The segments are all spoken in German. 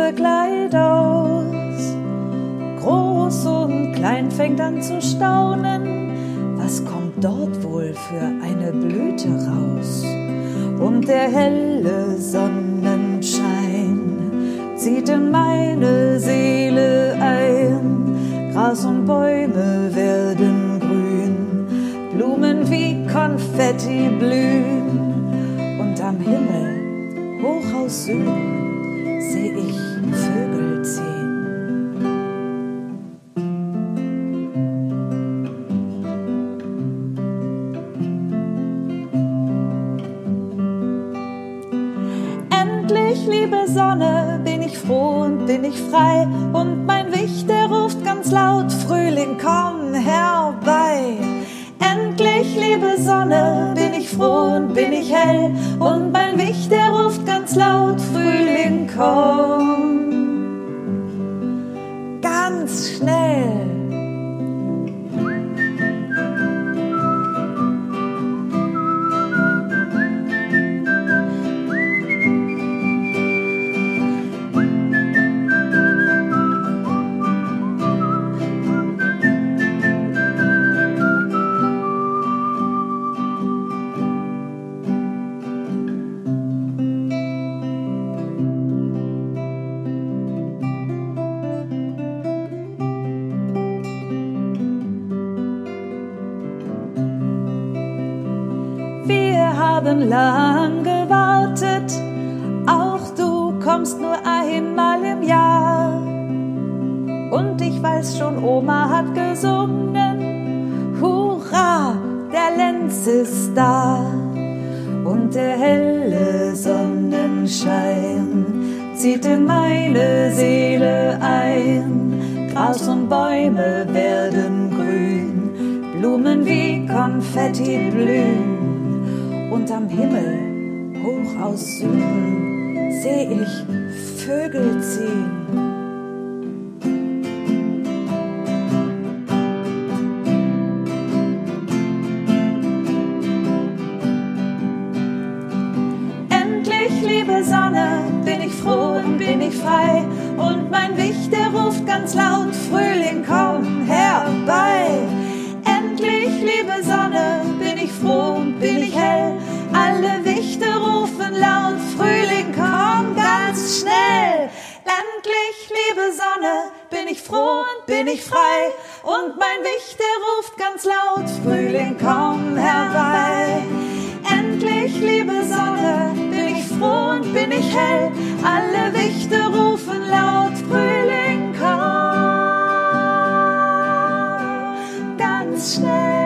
bunte Kleid aus. Groß und klein fängt an zu staunen, was kommt dort wohl für eine Blüte raus? Und der helle Sonnenschein zieht in meine Seele ein. Gras und Bäume werden grün, Blumen wie Konfetti blühen. Und am Himmel, hoch aus Süden, seh ich Vögel ziehen. Liebe Sonne, bin ich froh und bin ich frei, und mein Wicht, der ruft ganz laut, Frühling, komm herbei. Endlich, liebe Sonne, bin ich froh und bin ich hell, und mein Wicht, der ruft ganz laut, Frühling, komm ganz schnell. Lang gewartet, auch du kommst nur einmal im Jahr. Und ich weiß schon, Oma hat gesungen, Hurra, der Lenz ist da. Und der helle Sonnenschein zieht in meine Seele ein. Gras und Bäume werden grün, Blumen wie Konfetti blühen. Und am Himmel, hoch aus Süden, seh ich Vögel ziehen. Endlich, liebe Sonne, bin ich froh und bin ich frei, und mein Wicht, der ruft ganz laut, Frühling, komm herbei. Endlich, liebe Sonne, bin ich froh und bin ich hell, alle Wichte rufen laut, Frühling, komm ganz schnell. Endlich, liebe Sonne, bin ich froh und bin ich frei, und mein Wicht, der ruft ganz laut, Frühling, komm herbei. Endlich, liebe Sonne, bin ich froh und bin ich hell, alle Wichte rufen laut, Frühling, komm ganz schnell.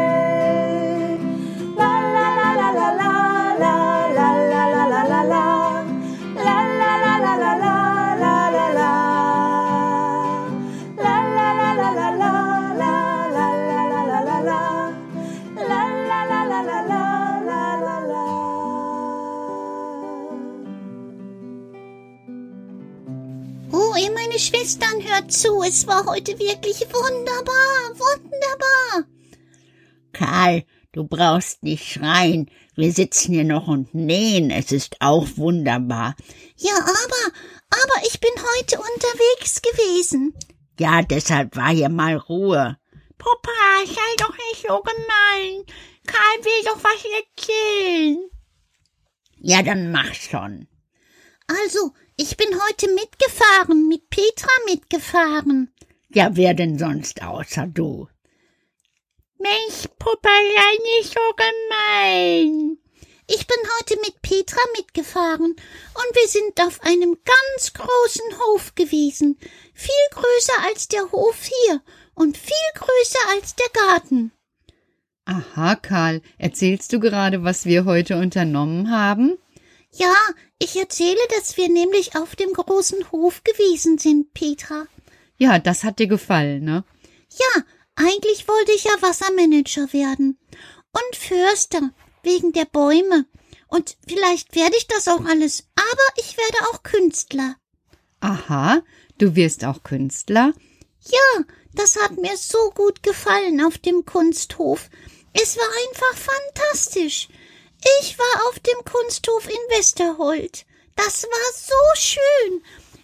Meine Schwestern, hört zu, es war heute wirklich wunderbar, wunderbar. Karl, du brauchst nicht schreien, wir sitzen hier noch und nähen, es ist auch wunderbar. Ja, aber ich bin heute unterwegs gewesen. Ja, deshalb war hier mal Ruhe. Papa, sei doch nicht so gemein, Karl will doch was erzählen. Ja, dann mach schon. Also, ich bin heute mitgefahren, mit Petra mitgefahren. Ja, wer denn sonst außer du? Mensch, Papa, sei nicht so gemein. Ich bin heute mit Petra mitgefahren und wir sind auf einem ganz großen Hof gewesen. Viel größer als der Hof hier und viel größer als der Garten. Aha, Karl, erzählst du gerade, was wir heute unternommen haben? Ja, ich erzähle, dass wir nämlich auf dem großen Hof gewesen sind, Petra. Ja, das hat dir gefallen, ne? Ja, eigentlich wollte ich ja Wassermanager werden. Und Förster, wegen der Bäume. Und vielleicht werde ich das auch alles, aber ich werde auch Künstler. Aha, du wirst auch Künstler? Ja, das hat mir so gut gefallen auf dem Kunsthof. Es war einfach fantastisch. Ich war auf dem Kunsthof in Westerhold. Das war so schön.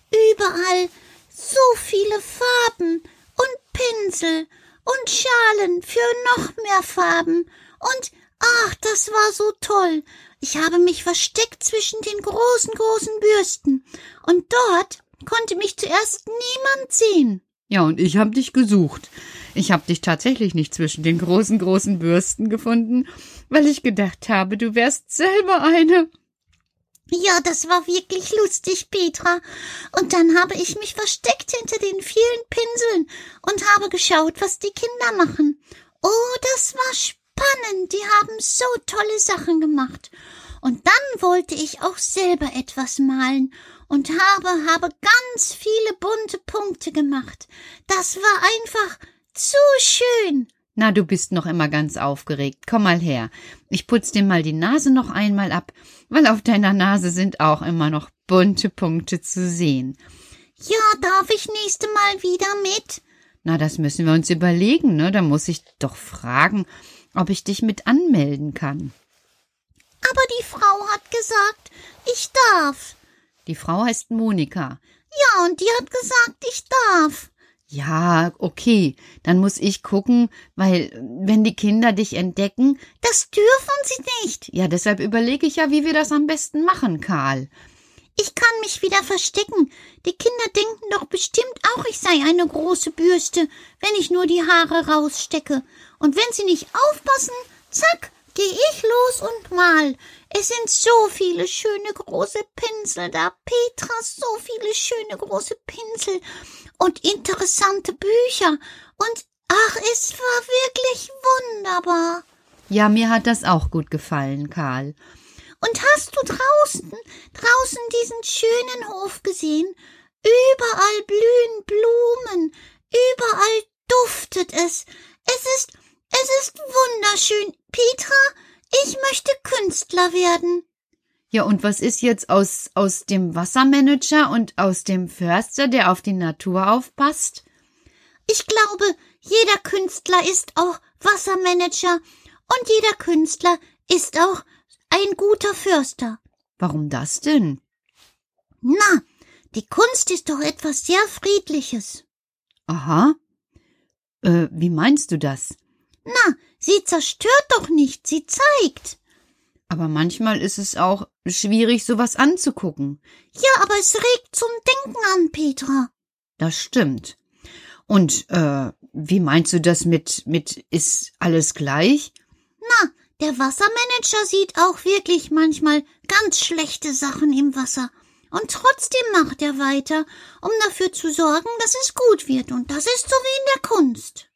Überall so viele Farben und Pinsel und Schalen für noch mehr Farben. Und ach, das war so toll. Ich habe mich versteckt zwischen den großen Bürsten. Und dort konnte mich zuerst niemand sehen. Ja, und ich habe dich gesucht. Ich habe dich tatsächlich nicht zwischen den großen Bürsten gefunden, weil ich gedacht habe, du wärst selber eine. Ja, das war wirklich lustig, Petra. Und dann habe ich mich versteckt hinter den vielen Pinseln und habe geschaut, was die Kinder machen. Oh, das war spannend. Die haben so tolle Sachen gemacht. Und dann wollte ich auch selber etwas malen und habe ganz viele bunte Punkte gemacht. Das war einfach zu schön. Na, du bist noch immer ganz aufgeregt. Komm mal her. Ich putz dir mal die Nase noch einmal ab, weil auf deiner Nase sind auch immer noch bunte Punkte zu sehen. Ja, darf ich nächste Mal wieder mit? Na, das müssen wir uns überlegen, ne? Da muss ich doch fragen, ob ich dich mit anmelden kann. Aber die Frau hat gesagt, ich darf. Die Frau heißt Monika. Ja, und die hat gesagt, ich darf. Ja, okay, dann muss ich gucken, weil wenn die Kinder dich entdecken, das dürfen sie nicht. Ja, deshalb überlege ich ja, wie wir das am besten machen, Karl. Ich kann mich wieder verstecken. Die Kinder denken doch bestimmt auch, ich sei eine große Bürste, wenn ich nur die Haare rausstecke. Und wenn sie nicht aufpassen, zack, gehe ich los und mal. Es sind so viele schöne große Pinsel da, Petra, so viele schöne große Pinsel und interessante Bücher. Und ach, es war wirklich wunderbar. Ja, mir hat das auch gut gefallen, Karl. Und hast du draußen diesen schönen Hof gesehen? Überall blühen Blumen, überall duftet es. Es ist wunderschön. Petra, ich möchte Künstler werden. Ja, und was ist jetzt aus dem Wassermanager und aus dem Förster, der auf die Natur aufpasst? Ich glaube, jeder Künstler ist auch Wassermanager und jeder Künstler ist auch ein guter Förster. Warum das denn? Na, die Kunst ist doch etwas sehr Friedliches. Aha. Wie meinst du das? Na, sie zerstört doch nicht, sie zeigt. Aber manchmal ist es auch schwierig, sowas anzugucken. Ja, aber es regt zum Denken an, Petra. Das stimmt. Und wie meinst du das mit ist alles gleich? Na, der Wassermanager sieht auch wirklich manchmal ganz schlechte Sachen im Wasser. Und trotzdem macht er weiter, um dafür zu sorgen, dass es gut wird. Und das ist so wie in der Kunst.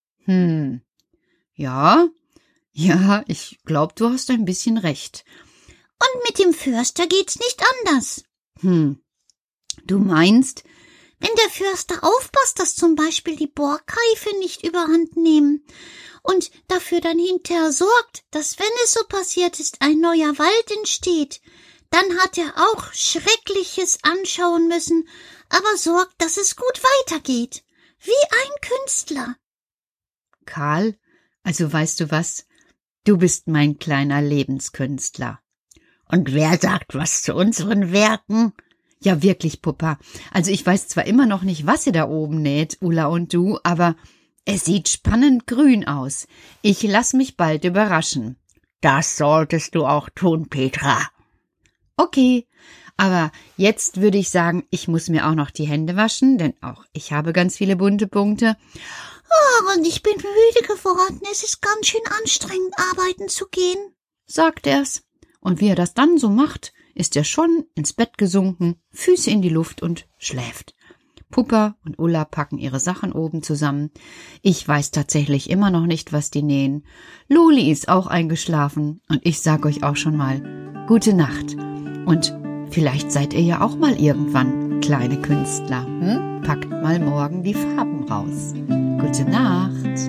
Ja, ich glaube, du hast ein bisschen recht. Und mit dem Förster geht's nicht anders. Du meinst? Wenn der Förster aufpasst, dass zum Beispiel die Borkeife nicht überhand nehmen und dafür dann hinterher sorgt, dass, wenn es so passiert ist, ein neuer Wald entsteht, dann hat er auch Schreckliches anschauen müssen, aber sorgt, dass es gut weitergeht. Wie ein Künstler. Karl, also weißt du was? Du bist mein kleiner Lebenskünstler. Und wer sagt was zu unseren Werken? Ja, wirklich, Puppa. Also ich weiß zwar immer noch nicht, was ihr da oben näht, Ulla und du, aber es sieht spannend grün aus. Ich lass mich bald überraschen. Das solltest du auch tun, Petra. Okay, aber jetzt würde ich sagen, ich muss mir auch noch die Hände waschen, denn auch ich habe ganz viele bunte Punkte. Oh, und ich bin müde geworden. Es ist ganz schön anstrengend, arbeiten zu gehen, sagt er's. Und wie er das dann so macht, ist er schon ins Bett gesunken, Füße in die Luft und schläft. Puppa und Ulla packen ihre Sachen oben zusammen. Ich weiß tatsächlich immer noch nicht, was die nähen. Loli ist auch eingeschlafen und ich sag euch auch schon mal gute Nacht. Und vielleicht seid ihr ja auch mal irgendwann kleine Künstler. Packt mal morgen die Farben raus. Gute Nacht.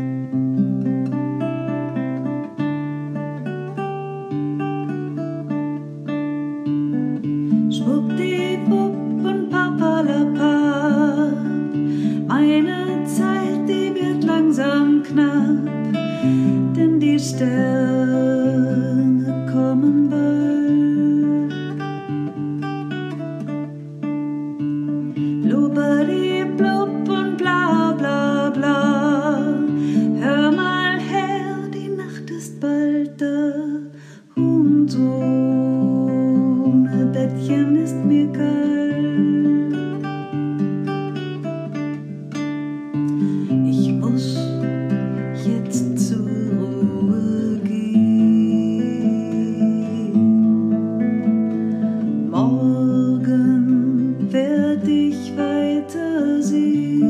Schwuppdiwupp und Papalapap, meine Zeit, die wird langsam knapp, denn die Sterne kommen bald. Petersilie.